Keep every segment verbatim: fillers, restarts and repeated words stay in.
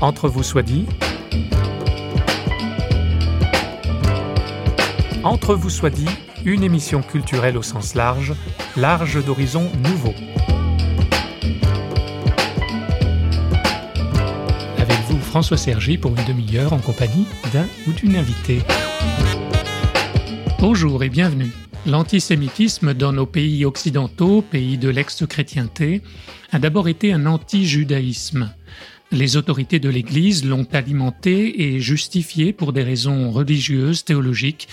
Entre vous soit dit. Entre vous soit dit, une émission culturelle au sens large, large d'horizons nouveaux. Avec vous, François Sergi, pour une demi-heure en compagnie d'un ou d'une invitée. Bonjour et bienvenue. L'antisémitisme dans nos pays occidentaux, pays de l'ex-chrétienté, a d'abord été un anti-judaïsme. Les autorités de l'Église l'ont alimenté et justifié pour des raisons religieuses, théologiques.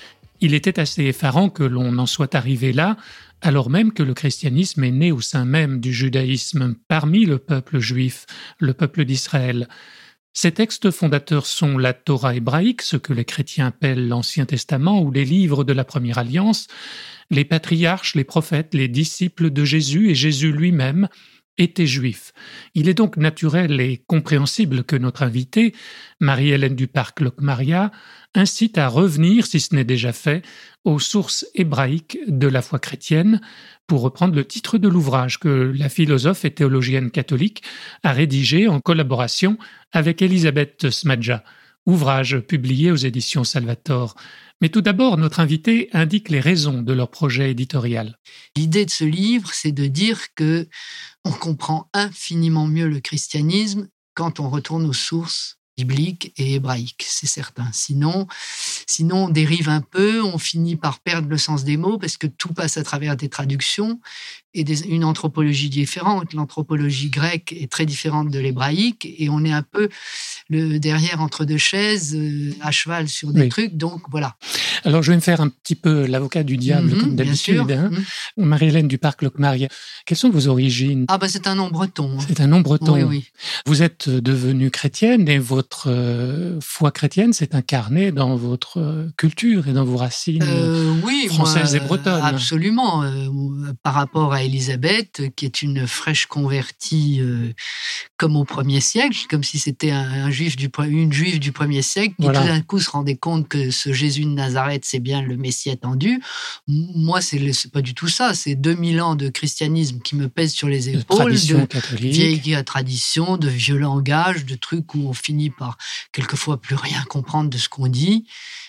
Il était assez effarant que l'on en soit arrivé là, alors même que le christianisme est né au sein même du judaïsme, parmi le peuple juif, le peuple d'Israël. Ces textes fondateurs sont la Torah hébraïque, ce que les chrétiens appellent l'Ancien Testament, ou les livres de la Première Alliance, les patriarches, les prophètes, les disciples de Jésus et Jésus lui-même, était juif. Il est donc naturel et compréhensible que notre invitée, Marie-Hélène Duparc-Locmaria, incite à revenir, si ce n'est déjà fait, aux sources hébraïques de la foi chrétienne, pour reprendre le titre de l'ouvrage que la philosophe et théologienne catholique a rédigé en collaboration avec Elisabeth Smadja, ouvrage publié aux éditions Salvator. Mais tout d'abord, notre invité indique les raisons de leur projet éditorial. L'idée de ce livre, c'est de dire que on comprend infiniment mieux le christianisme quand on retourne aux sources bibliques et hébraïques, c'est certain. Sinon, sinon, on dérive un peu, on finit par perdre le sens des mots parce que tout passe à travers des traductions et des, une anthropologie différente. L'anthropologie grecque est très différente de l'hébraïque et on est un peu le derrière entre deux chaises, euh, à cheval sur des oui. trucs. Donc voilà. Alors je vais me faire un petit peu l'avocat du diable mmh, comme d'habitude. Hein. Mmh. Marie-Hélène Duparc-Locmaria, quelles sont vos origines ? Ah ben c'est un nom breton. C'est un nom breton. Oui, oui. Vous êtes devenue chrétienne et votre euh, foi chrétienne s'est incarnée dans votre euh, culture et dans vos racines euh, oui, françaises moi, et bretonnes. Absolument. Euh, par rapport à Élisabeth, qui est une fraîche convertie euh, comme au premier siècle, comme si c'était un, un juif du, une juive du premier siècle, qui voilà. tout d'un coup se rendait compte que ce Jésus de Nazareth, c'est bien le Messie attendu. Moi, c'est, le, c'est pas du tout ça. C'est deux mille ans de christianisme qui me pèsent sur les épaules, de, de vieille tradition, de vieux langage, de trucs où on finit par quelquefois plus rien comprendre de ce qu'on dit.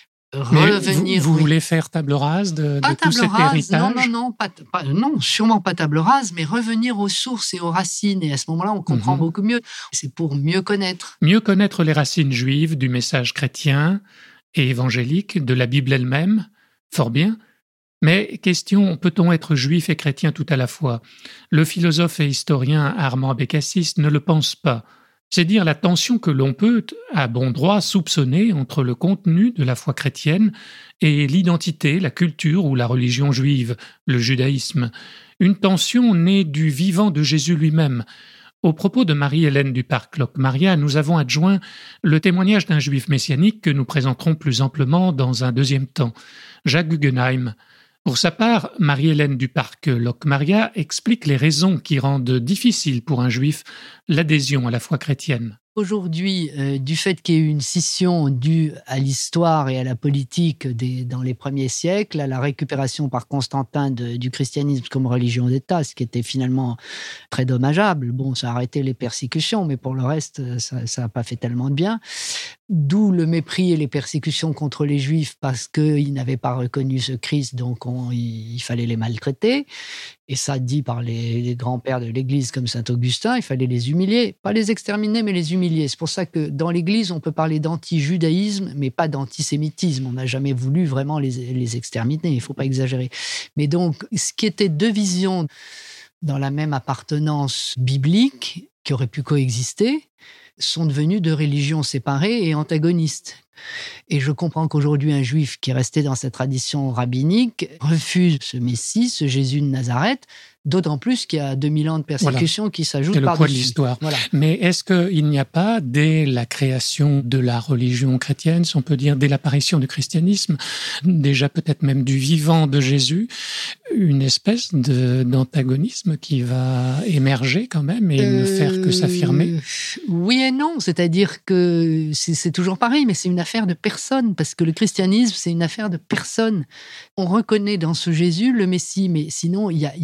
Revenir, vous, vous oui. voulez faire table rase de, de tout cet rase, héritage ? Non, non, non, pas, pas, non, sûrement pas table rase, mais revenir aux sources et aux racines. Et à ce moment-là, on comprend mm-hmm. beaucoup mieux. C'est pour mieux connaître. Mieux connaître les racines juives du message chrétien et évangélique, de la Bible elle-même, fort bien. Mais question, peut-on être juif et chrétien tout à la fois ? Le philosophe et historien Armand Bécassis ne le pense pas. C'est dire la tension que l'on peut, à bon droit, soupçonner entre le contenu de la foi chrétienne et l'identité, la culture ou la religion juive, le judaïsme. Une tension née du vivant de Jésus lui-même. Au propos de Marie-Hélène Duparc-Locmaria, nous avons adjoint le témoignage d'un juif messianique que nous présenterons plus amplement dans un deuxième temps, Jacques Guggenheim. Pour sa part, Marie-Hélène Duparc-Locmaria explique les raisons qui rendent difficile pour un juif l'adhésion à la foi chrétienne. Aujourd'hui, euh, du fait qu'il y ait eu une scission due à l'histoire et à la politique des, dans les premiers siècles, à la récupération par Constantin de, du christianisme comme religion d'État, ce qui était finalement très dommageable. Bon, ça a arrêté les persécutions, mais pour le reste, ça n'a pas fait tellement de bien. D'où le mépris et les persécutions contre les Juifs parce qu'ils n'avaient pas reconnu ce Christ, donc on, il, il fallait les maltraiter. Et ça dit par les, les grands-pères de l'Église comme saint Augustin, il fallait les humilier, pas les exterminer, mais les humilier. C'est pour ça que dans l'Église, on peut parler d'anti-judaïsme, mais pas d'antisémitisme. On n'a jamais voulu vraiment les, les exterminer, il ne faut pas exagérer. Mais donc, ce qui était deux visions dans la même appartenance biblique, qui auraient pu coexister, sont devenues deux religions séparées et antagonistes. Et je comprends qu'aujourd'hui, un juif qui est resté dans cette tradition rabbinique refuse ce Messie, ce Jésus de Nazareth, d'autant plus qu'il y a deux mille ans de persécution voilà. qui s'ajoutent par-dessus. C'est le poids de l'histoire. Voilà. Mais est-ce qu'il n'y a pas, dès la création de la religion chrétienne, si on peut dire, dès l'apparition du christianisme, déjà peut-être même du vivant de Jésus, une espèce de, d'antagonisme qui va émerger quand même et euh, ne faire que s'affirmer ? Oui et non, c'est-à-dire que c'est, c'est toujours pareil, mais c'est une affaire de personne, parce que le christianisme, c'est une affaire de personne. On reconnaît dans ce Jésus le Messie, mais sinon, il n'y a, y a rien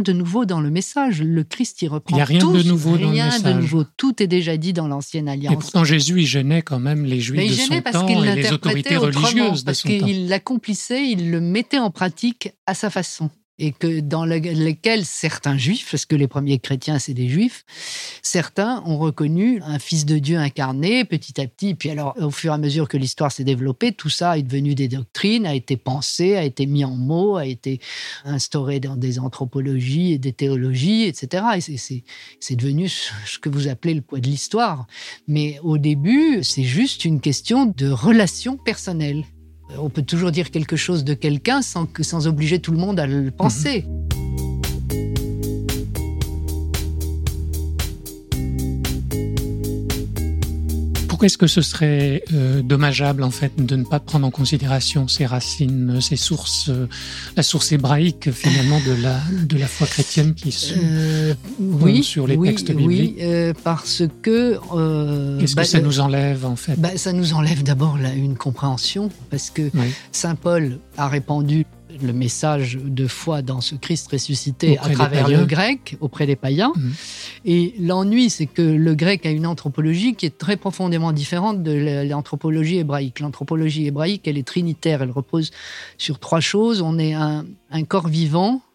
de nouveau dans le message. Le Christ y reprend il y a rien tout, de nouveau dans le rien message. de nouveau. Tout est déjà dit dans l'Ancienne Alliance. Et pourtant, Jésus, il gênait quand même les Juifs Mais il de gênait son parce temps qu'il et les autorités l'interprétait autrement, religieuses de parce son temps. qu'il l'accomplissait, il le mettait en pratique à sa façon. Et que dans le, lesquels certains juifs, parce que les premiers chrétiens, c'est des juifs, certains ont reconnu un fils de Dieu incarné petit à petit. Puis alors, au fur et à mesure que l'histoire s'est développée, tout ça est devenu des doctrines, a été pensé, a été mis en mots, a été instauré dans des anthropologies et des théologies, et cetera. Et c'est, c'est, c'est devenu ce que vous appelez le poids de l'histoire. Mais au début, c'est juste une question de relation personnelle. On peut toujours dire quelque chose de quelqu'un sans, que, sans obliger tout le monde à le penser. Mmh. Pourquoi est-ce que ce serait euh, dommageable en fait de ne pas prendre en considération ces racines, ces sources, euh, la source hébraïque finalement de la de la foi chrétienne qui se euh, oui, sur les oui, textes bibliques? Oui, euh, parce que euh, qu'est-ce bah, que ça nous enlève en fait? bah, Ça nous enlève d'abord là, une compréhension, parce que oui. Saint Paul a répandu le message de foi dans ce Christ ressuscité auprès à travers le grec, auprès des païens. Mmh. Et l'ennui, c'est que le grec a une anthropologie qui est très profondément différente de l'anthropologie hébraïque. L'anthropologie hébraïque, elle est trinitaire, elle repose sur trois choses. On est un, un corps vivant,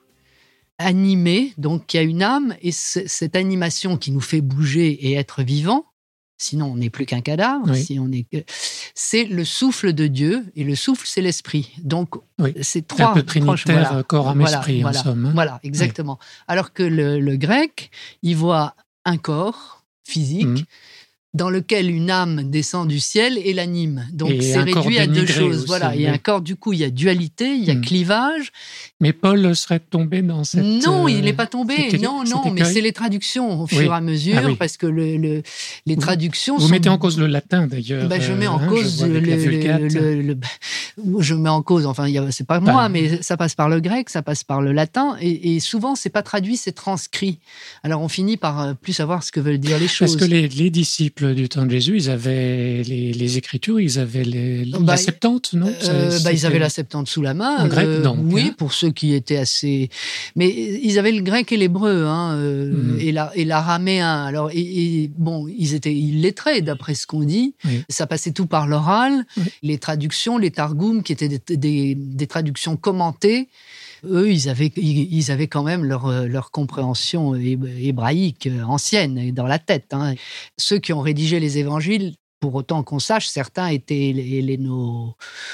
animé, donc qui a une âme, et cette animation qui nous fait bouger et être vivant, sinon on n'est plus qu'un cadavre, oui. si on est que... c'est le souffle de Dieu, et le souffle, c'est l'esprit. Donc, oui. c'est trois... un peu trinitaire, voilà, corps, âme, voilà, esprit, voilà, en somme. Hein. Voilà, exactement. Oui. Alors que le, le grec, il voit un corps physique, mmh. dans lequel une âme descend du ciel et l'anime. Donc, et c'est réduit à deux choses. Aussi, voilà, il y a un corps, du coup, il y a dualité, il y a mmh. clivage. Mais Paul serait tombé dans cette... Non, il n'est pas tombé. C'était, non, non, mais c'est les traductions au fur oui. et à mesure, ah, oui. parce que le, le, les vous, traductions vous sont... Vous mettez en cause le latin, d'ailleurs. Ben, je mets en hein, cause... Le, le, le, le, je mets en cause, enfin, y a, c'est pas moi, ah. mais ça passe par le grec, ça passe par le latin, et, et souvent, c'est pas traduit, c'est transcrit. Alors, on finit par plus savoir ce que veulent dire les choses. Parce que les, les disciples du temps de Jésus, ils avaient les, les Écritures, ils avaient les, bah, la Septante, non euh, bah, Ils avaient la Septante sous la main. En grec, euh, donc. Oui, hein. pour ceux qui étaient assez... Mais ils avaient le grec et l'hébreu, hein, euh, mmh. et, la, et l'araméen. Alors, et, et, bon, ils étaient illettrés, d'après ce qu'on dit. Oui. Ça passait tout par l'oral. Oui. Les traductions, les targums, qui étaient des, des, des traductions commentées, eux, ils avaient, ils avaient quand même leur, leur compréhension hébraïque ancienne dans la tête. Hein. Ceux qui ont rédigé les évangiles, pour autant qu'on sache, certains étaient hellénophones,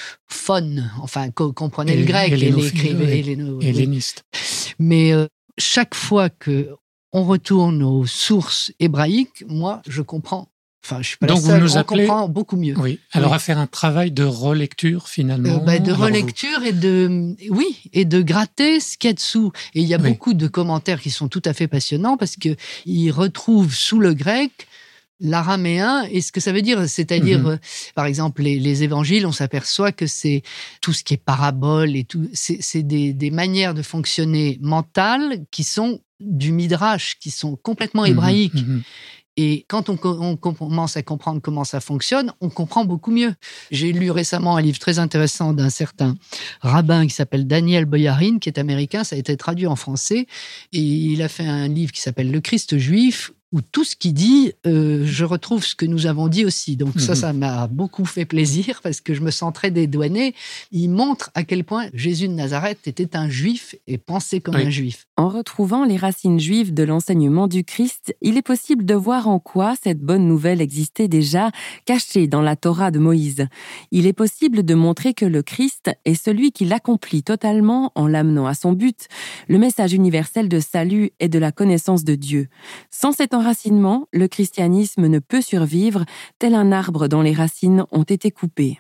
enfin, comprenaient le grec et l'écrivaient. Hellénistes. Mais euh, chaque fois qu'on retourne aux sources hébraïques, moi, je comprends. Enfin, je suis pas Donc la seule, vous nous on appelez... comprend beaucoup mieux. Oui. Alors oui. à faire un travail de relecture finalement. Euh, bah, de relecture vous... et de oui et de gratter ce qu'il y a dessous. Et il y a oui. beaucoup de commentaires qui sont tout à fait passionnants parce que ils retrouvent sous le grec l'araméen et ce que ça veut dire, c'est-à-dire mm-hmm. euh, par exemple les, les évangiles, on s'aperçoit que c'est tout ce qui est parabole et tout, c'est, c'est des, des manières de fonctionner mentales qui sont du midrash, qui sont complètement hébraïques. Mm-hmm. Et quand on, on commence à comprendre comment ça fonctionne, on comprend beaucoup mieux. J'ai lu récemment un livre très intéressant d'un certain rabbin qui s'appelle Daniel Boyarin, qui est américain, ça a été traduit en français, et il a fait un livre qui s'appelle Le Christ juif, où tout ce qu'il dit, euh, je retrouve ce que nous avons dit aussi. Donc mmh. ça, ça m'a beaucoup fait plaisir parce que je me sens très dédouanée. Il montre à quel point Jésus de Nazareth était un juif et pensait comme oui. un juif. En retrouvant les racines juives de l'enseignement du Christ, il est possible de voir en quoi cette bonne nouvelle existait déjà, cachée dans la Torah de Moïse. Il est possible de montrer que le Christ est celui qui l'accomplit totalement en l'amenant à son but, le message universel de salut et de la connaissance de Dieu. Sans cet enracinement, le christianisme ne peut survivre, tel un arbre dont les racines ont été coupées.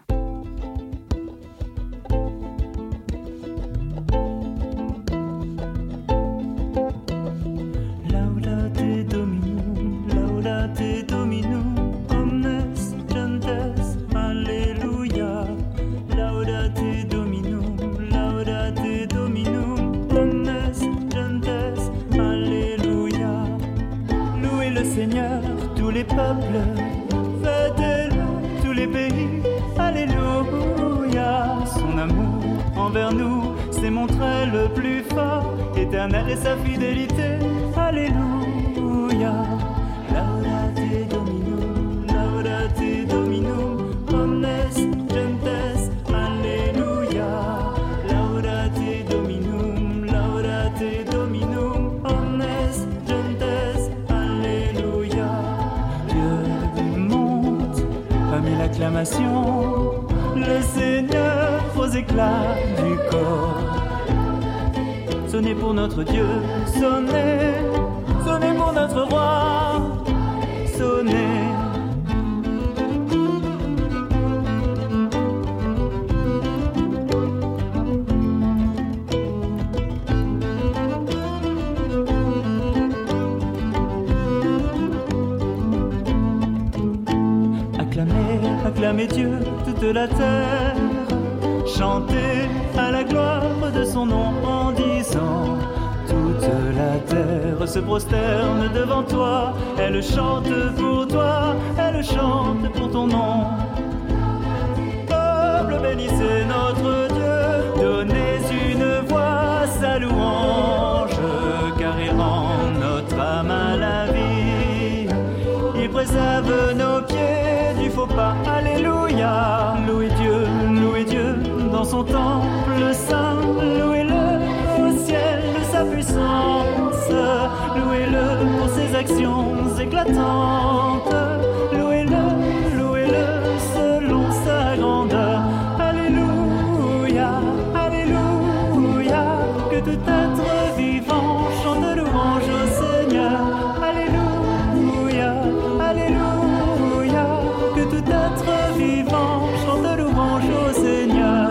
Les peuples, fêtez-le, tous les pays, alléluia. Son amour envers nous, c'est c'est mon trait le plus fort. Éternel est sa fidélité. Alléluia. Laudate Dominum, laudate Dominum, omnes gentes. Alléluia. Laudate Dominum, laudate Dominum, omnes gentes. Alléluia. Dieu monte parmi l'acclamation, le Seigneur aux éclats du corps. Sonnez pour notre Dieu, sonnez, sonnez pour notre roi, sonnez. Acclamez, acclamez Dieu, toute la terre. Chantez à la gloire de son nom en disant: toute la terre se prosterne devant toi. Elle chante pour toi, elle chante pour ton nom. Peuple, bénissez notre Dieu, donnez une voix à sa louange, car il rend notre âme à la vie. Il préserve nos pieds du faux pas. Alléluia. Louez Dieu, louez Dieu dans son temple saint. Louez-le au ciel de sa puissance. Louez-le pour ses actions éclatantes. Louez-le, louez-le selon sa grandeur. Alléluia, alléluia. Que tout être vivant chante louange au Seigneur. Alléluia, alléluia. Que tout être vivant chante louange au Seigneur.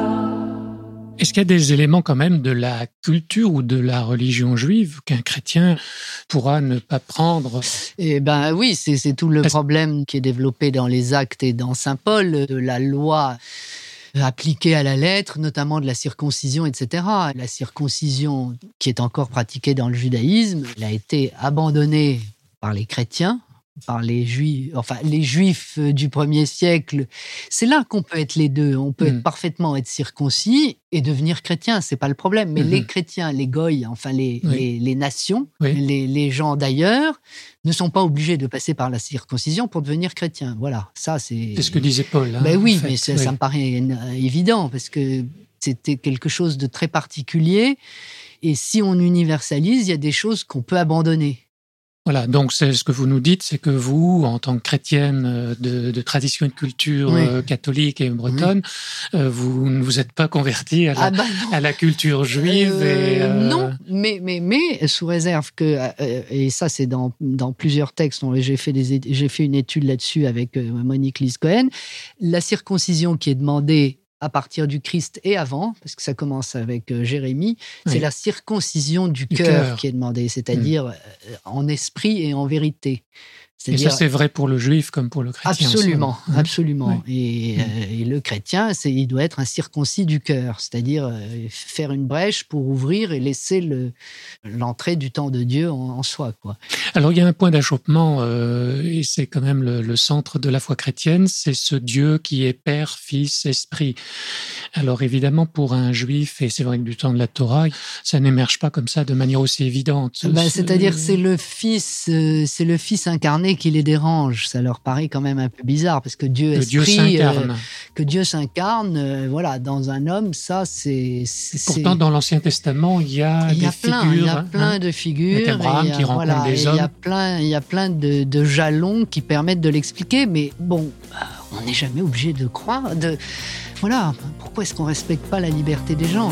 Est-ce qu'il y a des éléments quand même de la culture ou de la religion juive qu'un chrétien pourra ne pas prendre? Eh ben oui, c'est, c'est tout le Est-ce... problème qui est développé dans les Actes et dans Saint Paul, de la loi appliquée à la lettre, notamment de la circoncision, et cetera. La circoncision qui est encore pratiquée dans le judaïsme, elle a été abandonnée par les chrétiens, par les juifs, enfin les juifs du premier siècle. C'est là qu'on peut être les deux. On peut mmh. être parfaitement être circoncis et devenir chrétien, c'est pas le problème. Mais mmh. les chrétiens, les goïs, enfin les, oui. les, les nations, oui. les, les gens d'ailleurs, ne sont pas obligés de passer par la circoncision pour devenir chrétiens. Voilà, ça c'est... C'est ce que disait Paul. Hein, ben oui, en fait. mais ça, oui. ça me paraît évident parce que c'était quelque chose de très particulier. Et si on universalise, il y a des choses qu'on peut abandonner. Voilà, donc c'est ce que vous nous dites, c'est que vous, en tant que chrétienne de, de tradition et de culture oui. euh, catholique et bretonne, oui. euh, vous ne vous êtes pas convertie à la, ah bah à la culture juive. Euh, et, euh... Non, mais, mais, mais sous réserve que, euh, et ça c'est dans, dans plusieurs textes, j'ai fait, des, j'ai fait une étude là-dessus avec euh, Monique Lise-Cohen, la circoncision qui est demandée à partir du Christ et avant, parce que ça commence avec euh, Jérémie, oui. c'est la circoncision du, du cœur qui est demandée, c'est-à-dire mmh. euh, en esprit et en vérité. C'est-à-dire... Et ça, c'est vrai pour le juif comme pour le chrétien. Absolument, hein. absolument. Oui. Et, euh, et le chrétien, c'est, il doit être un circoncis du cœur, c'est-à-dire euh, faire une brèche pour ouvrir et laisser le, l'entrée du temps de Dieu en, en soi, quoi. Alors, il y a un point d'achoppement, euh, et c'est quand même le, le centre de la foi chrétienne, c'est ce Dieu qui est Père, Fils, Esprit. Alors, évidemment, pour un juif, et c'est vrai que du temps de la Torah, ça n'émerge pas comme ça de manière aussi évidente. Ben, c'est-à-dire, c'est le Fils, euh, c'est le Fils incarné qui les dérange. Ça leur paraît quand même un peu bizarre parce que Dieu esprit, Dieu s'incarne. Euh, que Dieu s'incarne, euh, voilà, dans un homme, ça c'est. c'est Pourtant, c'est... dans l'Ancien Testament, il y a il y a des plein, figures. Il y a plein hein, de figures. Il y a Abraham qui rencontre voilà, des hommes. Il y a plein, il y a plein de, de jalons qui permettent de l'expliquer, mais bon, on n'est jamais obligé de croire. De voilà, pourquoi est-ce qu'on respecte pas la liberté des gens ?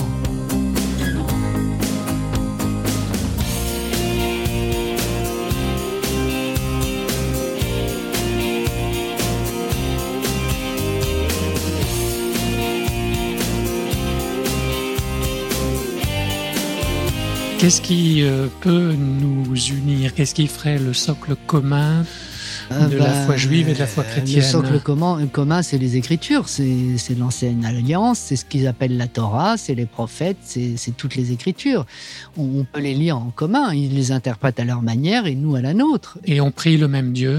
Qu'est-ce qui euh, peut nous unir? Qu'est-ce qui ferait le socle commun de euh, bah, la foi juive et de la foi chrétienne? Le socle commun, commun c'est les Écritures, c'est, c'est l'ancienne alliance, c'est ce qu'ils appellent la Torah, c'est les prophètes, c'est, c'est toutes les Écritures. On, on peut les lire en commun, ils les interprètent à leur manière et nous à la nôtre. Et on prie le même Dieu?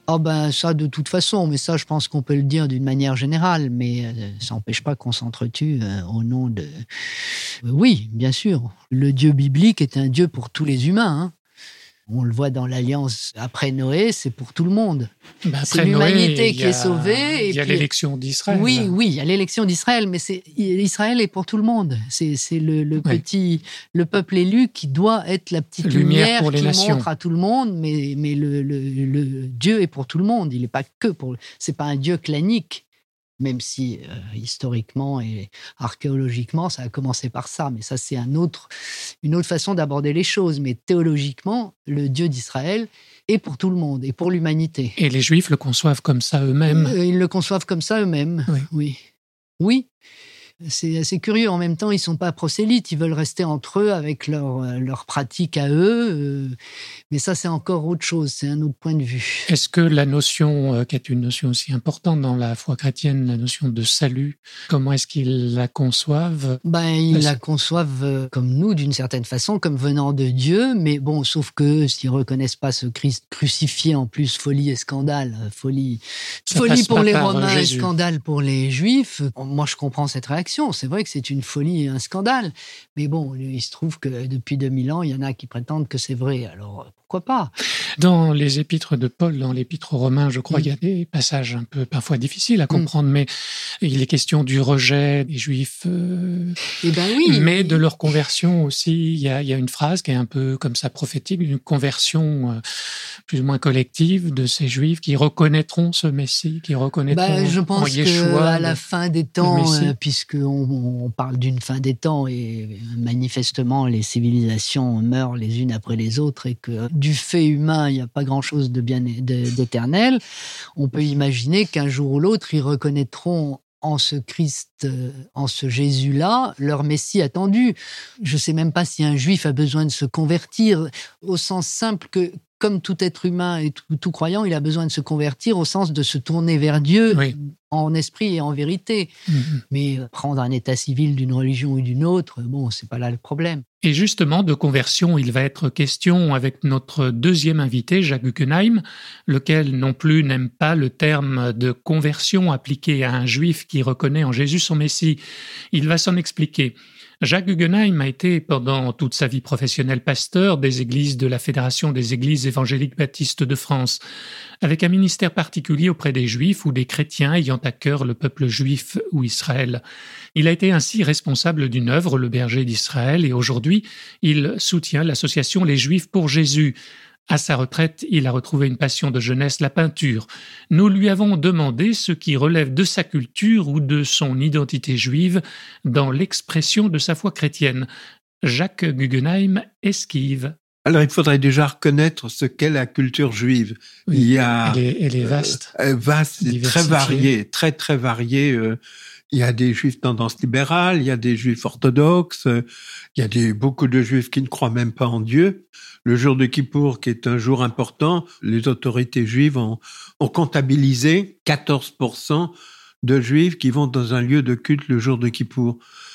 Ah ben ça de toute façon, mais ça je pense qu'on peut le dire d'une manière générale, mais euh, ça n'empêche pas qu'on s'entretue euh, au nom de... Euh, oui, bien sûr, le Dieu biblique est un Dieu pour tous les humains, hein. On le voit dans l'Alliance après Noé, c'est pour tout le monde. Ben c'est l'humanité Noé, qui est sauvée. Il y a puis... l'élection d'Israël. Oui, oui, il y a l'élection d'Israël, mais c'est, Israël est pour tout le monde. C'est, c'est le, le oui. petit, le peuple élu qui doit être la petite lumière, lumière pour les qui nations. montre à tout le monde, mais, mais le, le, le Dieu est pour tout le monde. Il n'est pas que pour... C'est pas un Dieu clanique. Même si, euh, historiquement et archéologiquement, ça a commencé par ça. Mais ça, c'est un autre, une autre façon d'aborder les choses. Mais théologiquement, le Dieu d'Israël est pour tout le monde et pour l'humanité. Et les Juifs le conçoivent comme ça eux-mêmes. Euh, ils le conçoivent comme ça eux-mêmes, oui. Oui. Oui. C'est assez curieux. En même temps, ils ne sont pas prosélytes. Ils veulent rester entre eux avec leur, leur pratique à eux. Mais ça, c'est encore autre chose. C'est un autre point de vue. Est-ce que la notion, qui est une notion aussi importante dans la foi chrétienne, la notion de salut, comment est-ce qu'ils la conçoivent ? Ben, ils la conçoivent comme nous, d'une certaine façon, comme venant de Dieu. Mais bon, sauf que s'ils ne reconnaissent pas ce Christ crucifié, en plus, folie et scandale. Folie, folie pour les Romains et scandale pour les Juifs. Moi, je comprends cette réaction. C'est vrai que c'est une folie et un scandale. Mais bon, il se trouve que depuis deux mille ans, il y en a qui prétendent que c'est vrai. Alors, pourquoi pas ? Dans les épîtres de Paul, dans l'épître aux Romains, je crois mmh. qu'il y a des passages un peu parfois difficiles à comprendre, mmh. mais il est question du rejet des Juifs, euh, eh ben oui, mais oui. de leur conversion aussi. Il y, a, il y a une phrase qui est un peu comme ça prophétique, une conversion euh, plus ou moins collective de ces Juifs qui reconnaîtront ce Messie, qui reconnaîtront ben, je pense en Yeshua qu'à la fin des temps, euh, puisque on, on parle d'une fin des temps et manifestement les civilisations meurent les unes après les autres et que du fait humain, il n'y a pas grand-chose de bien de, d'éternel. On peut imaginer qu'un jour ou l'autre, ils reconnaîtront en ce Christ, en ce Jésus-là, leur Messie attendu. Je ne sais même pas si un Juif a besoin de se convertir au sens simple que, comme tout être humain et tout, tout croyant, il a besoin de se convertir au sens de se tourner vers Dieu oui. en esprit et en vérité. Mm-hmm. Mais prendre un état civil d'une religion ou d'une autre, bon, c'est pas là le problème. Et justement, de conversion, il va être question avec notre deuxième invité, Jacques Guggenheim, lequel non plus n'aime pas le terme de conversion appliqué à un juif qui reconnaît en Jésus son Messie. Il va s'en expliquer. Jacques Guggenheim a été pendant toute sa vie professionnelle pasteur des églises de la Fédération des Églises évangéliques baptistes de France, avec un ministère particulier auprès des Juifs ou des chrétiens ayant à cœur le peuple juif ou Israël. Il a été ainsi responsable d'une œuvre, le Berger d'Israël, et aujourd'hui, il soutient l'association Les Juifs pour Jésus. À sa retraite, il a retrouvé une passion de jeunesse, la peinture. Nous lui avons demandé ce qui relève de sa culture ou de son identité juive dans l'expression de sa foi chrétienne. Jacques Guggenheim esquive. Alors, il faudrait déjà reconnaître ce qu'est la culture juive. Oui, il y a, elle est, elle est vaste. Euh, vaste et très variée, très, très variée. Euh, il y a des juifs tendance libérale, il y a des juifs orthodoxes, euh, il y a des, beaucoup de juifs qui ne croient même pas en Dieu. Le jour de Kippour, qui est un jour important, les autorités juives ont, ont comptabilisé quatorze pour cent de juifs qui vont dans un lieu de culte le jour de Kippour.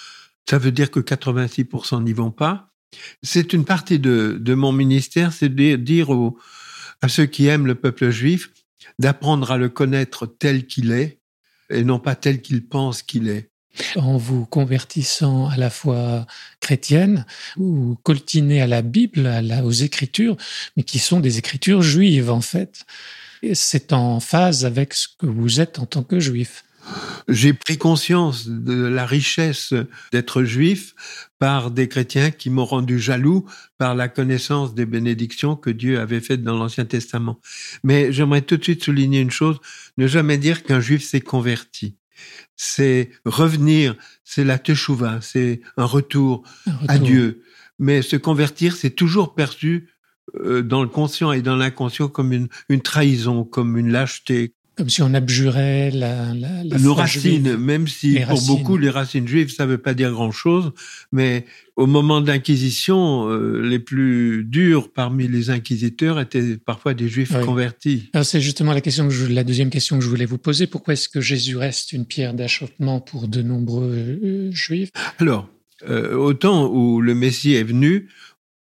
Ça veut dire que quatre-vingt-six pour cent n'y vont pas. C'est une partie de, de mon ministère, c'est de dire aux, à ceux qui aiment le peuple juif d'apprendre à le connaître tel qu'il est et non pas tel qu'ils pensent qu'il est. En vous convertissant à la foi chrétienne, vous coltinez à la Bible, à la, aux Écritures, mais qui sont des Écritures juives en fait. Et c'est en phase avec ce que vous êtes en tant que juif. J'ai pris conscience de la richesse d'être juif par des chrétiens qui m'ont rendu jaloux par la connaissance des bénédictions que Dieu avait faites dans l'Ancien Testament. Mais j'aimerais tout de suite souligner une chose, ne jamais dire qu'un juif s'est converti. C'est revenir, c'est la teshuva, c'est un retour, un retour à Dieu. Mais se convertir, c'est toujours perçu euh, dans le conscient et dans l'inconscient comme une, une trahison, comme une lâcheté. Comme si on abjurait la, la, la Nos foi racines, juive. même si les pour racines. beaucoup les racines juives, ça veut pas dire grand-chose, mais au moment de l'Inquisition, euh, les plus durs parmi les inquisiteurs étaient parfois des juifs oui. convertis. Alors c'est justement la question que je, la deuxième question que je voulais vous poser. Pourquoi est-ce que Jésus reste une pierre d'achoppement pour de nombreux euh, juifs ? Alors, euh, au temps où le Messie est venu,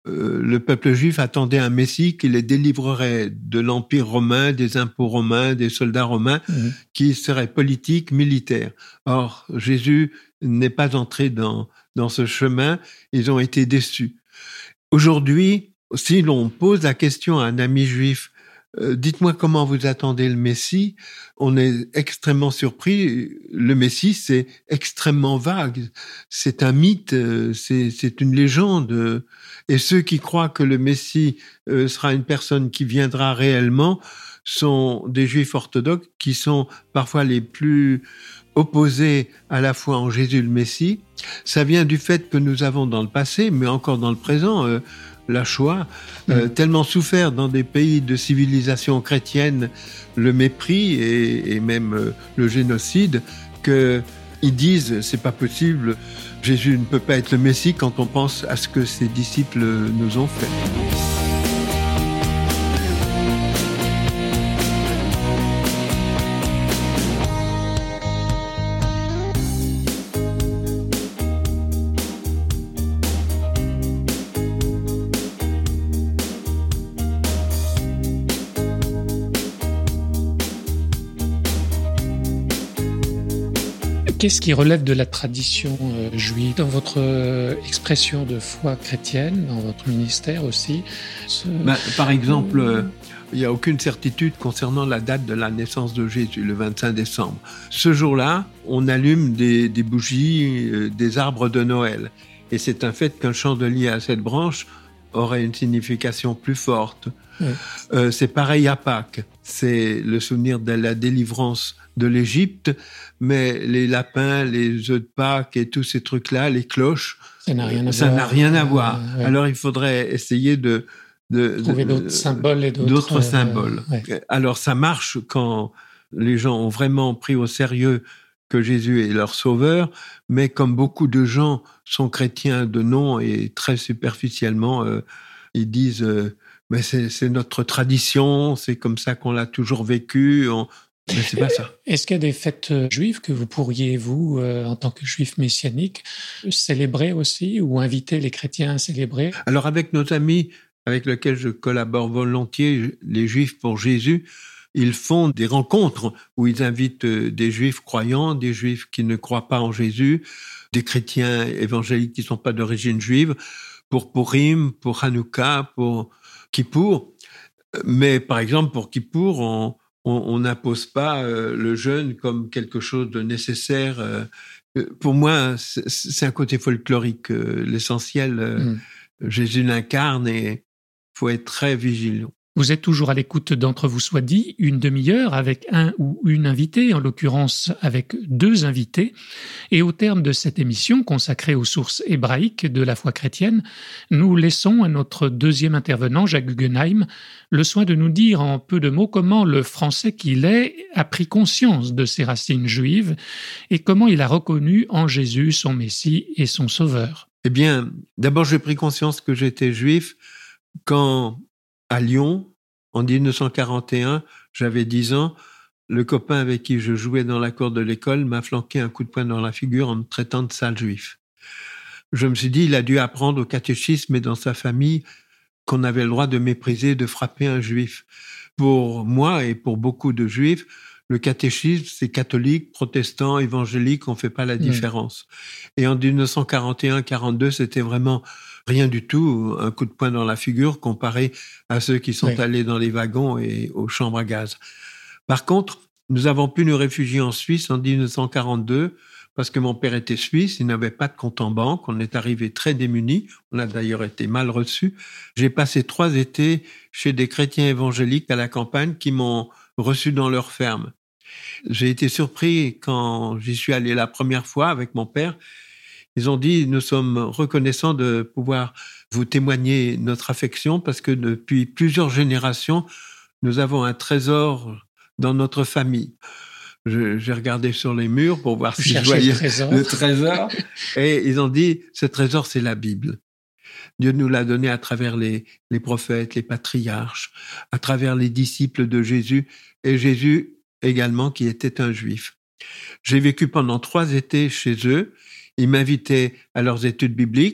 euh, le peuple juif attendait un Messie qui les délivrerait de l'Empire romain, des impôts romains, des soldats romains, mmh. qui seraient politiques, militaires. Or, Jésus n'est pas entré dans, dans ce chemin. Ils ont été déçus. Aujourd'hui, si l'on pose la question à un ami juif, Euh, dites-moi comment vous attendez le Messie, on est extrêmement surpris. Le Messie, c'est extrêmement vague. C'est un mythe, c'est, c'est une légende. Et ceux qui croient que le Messie euh, sera une personne qui viendra réellement sont des Juifs orthodoxes qui sont parfois les plus opposés à la foi en Jésus le Messie. Ça vient du fait que nous avons dans le passé, mais encore dans le présent, euh, la Shoah, euh, mmh. tellement souffert dans des pays de civilisation chrétienne, le mépris et, et même euh, le génocide, qu'ils disent c'est pas possible, Jésus ne peut pas être le Messie quand on pense à ce que ses disciples nous ont fait. Qu'est-ce qui relève de la tradition euh, juive dans votre euh, expression de foi chrétienne, dans votre ministère aussi ce... ben, Par exemple, euh, il n'y a aucune certitude concernant la date de la naissance de Jésus, le vingt-cinq décembre. Ce jour-là, on allume des, des bougies, euh, des arbres de Noël. Et c'est un fait qu'un chandelier à sept branches aurait une signification plus forte. Oui. Euh, c'est pareil à Pâques. C'est le souvenir de la délivrance de l'Égypte, mais les lapins, les œufs de Pâques et tous ces trucs-là, les cloches, ça n'a rien à ça voir. N'a rien à voir. Euh, ouais. Alors il faudrait essayer de, de trouver de, d'autres symboles et d'autres, d'autres symboles. Euh, ouais. Alors ça marche quand les gens ont vraiment pris au sérieux que Jésus est leur sauveur, mais comme beaucoup de gens sont chrétiens de nom et très superficiellement, euh, ils disent euh, mais c'est, c'est notre tradition, c'est comme ça qu'on l'a toujours vécu. On... Mais c'est pas ça. Est-ce qu'il y a des fêtes juives que vous pourriez, vous, euh, en tant que juif messianique, célébrer aussi ou inviter les chrétiens à célébrer ? Alors avec nos amis avec lesquels je collabore volontiers, les Juifs pour Jésus, ils font des rencontres où ils invitent des Juifs croyants, des Juifs qui ne croient pas en Jésus, des chrétiens évangéliques qui ne sont pas d'origine juive, pour Purim, pour Hanouka, pour Kippour. Mais par exemple, pour Kippour, on on n'impose pas euh, le jeûne comme quelque chose de nécessaire. Euh, pour moi, c'est, c'est un côté folklorique. Euh, l'essentiel, euh, mmh. Jésus l'incarne et il faut être très vigilant. Vous êtes toujours à l'écoute d'Entre vous soit dit, une demi-heure avec un ou une invitée, en l'occurrence avec deux invités. Et au terme de cette émission consacrée aux sources hébraïques de la foi chrétienne, nous laissons à notre deuxième intervenant, Jacques Guggenheim, le soin de nous dire en peu de mots comment le Français qu'il est a pris conscience de ses racines juives et comment il a reconnu en Jésus son Messie et son Sauveur. Eh bien, d'abord j'ai pris conscience que j'étais juif quand... À Lyon, en dix-neuf cent quarante et un, j'avais dix ans, le copain avec qui je jouais dans la cour de l'école m'a flanqué un coup de poing dans la figure en me traitant de sale juif. Je me suis dit, il a dû apprendre au catéchisme et dans sa famille qu'on avait le droit de mépriser, de frapper un juif. Pour moi et pour beaucoup de juifs, le catéchisme, c'est catholique, protestant, évangélique, on ne fait pas la différence. Mmh. Et en dix-neuf cent quarante et un quarante-deux, c'était vraiment rien du tout, un coup de poing dans la figure comparé à ceux qui sont oui. allés dans les wagons et aux chambres à gaz. Par contre, nous avons pu nous réfugier en Suisse en dix-neuf cent quarante-deux parce que mon père était suisse, il n'avait pas de compte en banque, on est arrivé très démunis, on a d'ailleurs été mal reçus. J'ai passé trois étés chez des chrétiens évangéliques à la campagne qui m'ont reçu dans leur ferme. J'ai été surpris quand j'y suis allé la première fois avec mon père. Ils ont dit, nous sommes reconnaissants de pouvoir vous témoigner notre affection parce que depuis plusieurs générations, nous avons un trésor dans notre famille. Je, j'ai regardé sur les murs pour voir si je voyais le trésor. le trésor. Et ils ont dit, ce trésor, c'est la Bible. Dieu nous l'a donné à travers les, les prophètes, les patriarches, à travers les disciples de Jésus et Jésus également qui était un juif. J'ai vécu pendant trois étés chez eux. Ils m'invitaient à leurs études bibliques.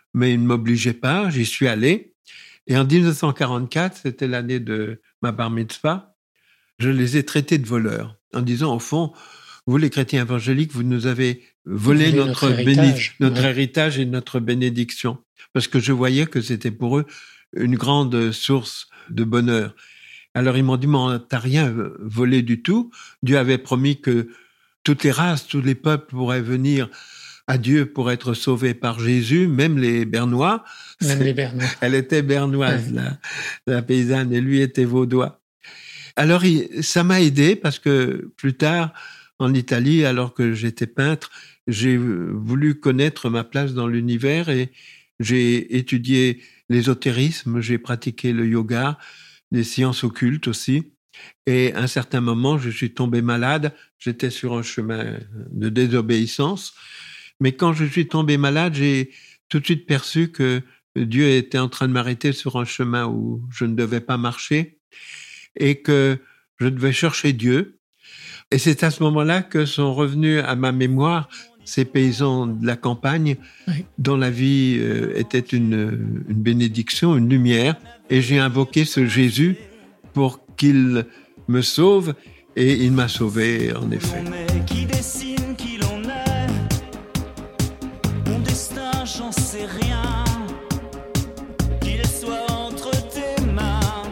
mais ils ne m'obligeaient pas, j'y suis allé. Et en dix-neuf cent quarante-quatre, c'était l'année de ma bar mitzvah, je les ai traités de voleurs, en disant, au fond, vous les chrétiens évangéliques, vous nous avez volé notre, notre, béni- héritage, notre ouais. héritage et notre bénédiction. Parce que je voyais que c'était pour eux une grande source de bonheur. Alors ils m'ont dit, mais t'as rien volé du tout. Dieu avait promis que toutes les races, tous les peuples pourraient venir à Dieu pour être sauvés par Jésus, même les Bernois. Même C'est, les Bernois. Elle était bernoise, ouais. la, la paysanne, et lui était vaudois. Alors il, ça m'a aidé parce que plus tard, en Italie, alors que j'étais peintre, j'ai voulu connaître ma place dans l'univers et j'ai étudié l'ésotérisme, j'ai pratiqué le yoga, les sciences occultes aussi. Et à un certain moment, je suis tombé malade. J'étais sur un chemin de désobéissance. Mais quand je suis tombé malade, j'ai tout de suite perçu que Dieu était en train de m'arrêter sur un chemin où je ne devais pas marcher et que je devais chercher Dieu. Et c'est à ce moment-là que sont revenus à ma mémoire ces paysans de la campagne, oui, dont la vie euh, était une, une bénédiction, une lumière. Et j'ai invoqué ce Jésus pour qu'il me sauve, et il m'a sauvé, en effet. Qui dessine qui l'on est, mon destin, j'en sais rien, qu'il soit entre tes mains.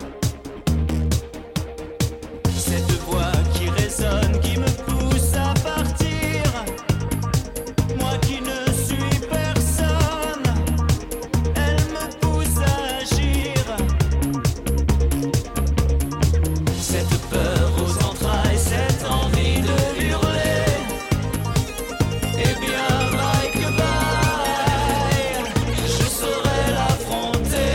Cette voix qui résonne, qui me pousse à partir, moi qui ne suis personne, elle me pousse à agir. Cette peur aux entrailles, cette envie de hurler, eh bien bye que bye, je saurais l'affronter.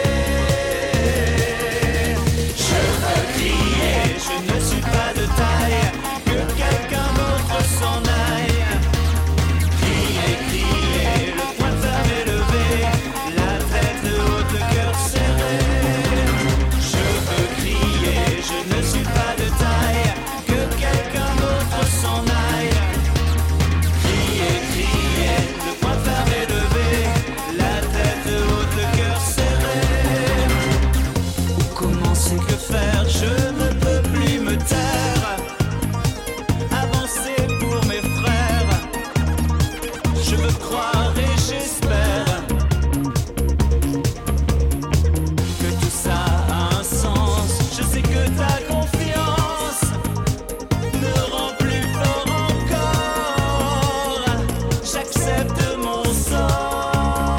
Je veux crier, je ne suis pas de taille, que quelqu'un d'autre s'en aille. Crier, crier, le poing fermé levé, la tête haute, le cœur serré. Je veux crier, je ne suis pas de taille, que quelqu'un d'autre s'en aille. Crier, crier, le poing fermé levé, la tête haute, le cœur serré. Où commencer, que faire, je ne peux plus me taire. Avancer pour mes frères, je veux croire et j'espère que tout ça a un sens. Je sais que ta confiance me rend plus fort encore. J'accepte mon sort.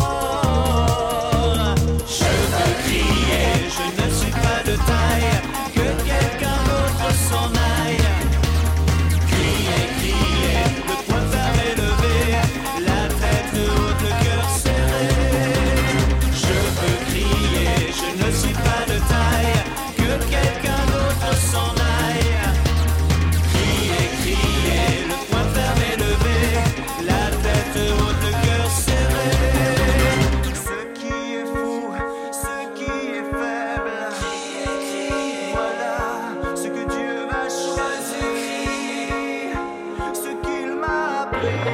Je veux crier, je ne suis pas de taille, que quelqu'un d'autre s'en aille. Crier, crier, le poing fermé levé, la tête haute, le cœur serré. Je veux crier, je ne suis pas de taille, que quelqu'un d'autre s'en aille. Crier, crier, le poing fermé levé, la tête haute, le cœur serré. Ce qui est fou, ce qui est faible, voilà ce que Dieu m'a choisi, ce qu'il m'a appris.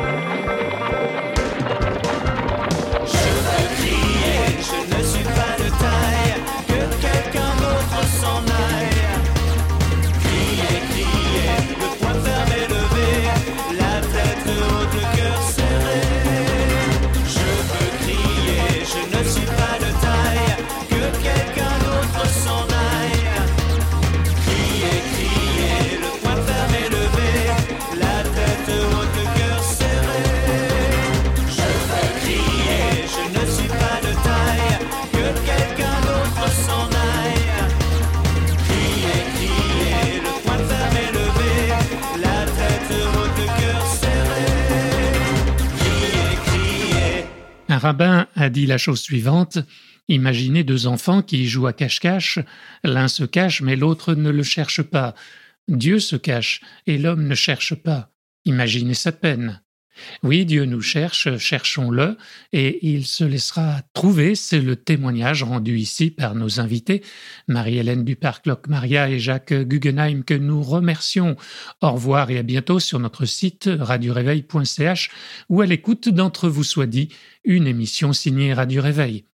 Je veux crier, je ne suis pas de taille, que quelqu'un d'autre s'en aille. Crier, crier, le poing fermé levé, la tête haute, le cœur serré. Je veux crier, je ne suis pas de taille, que quelqu'un d'autre s'en aille. Crier, crier, le poing fermé levé, la tête haute, le cœur serré. Je veux crier, je ne suis pas de taille, que quelqu'un d'autre s'en aille. Crier, crier, le poing fermé levé, la tête haute, le cœur serré. Crier, crier. Un rabbin a dit la chose suivante. Imaginez deux enfants qui jouent à cache-cache. L'un se cache, mais l'autre ne le cherche pas. Dieu se cache, et l'homme ne cherche pas. Imaginez sa peine. Oui, Dieu nous cherche, cherchons-le, et il se laissera trouver. C'est le témoignage rendu ici par nos invités, Marie-Hélène Duparc-Locmaria et Jacques Guggenheim, que nous remercions. Au revoir et à bientôt sur notre site radio réveil point c h ou à l'écoute d'Entre vous soit dit, une émission signée Radio Réveil.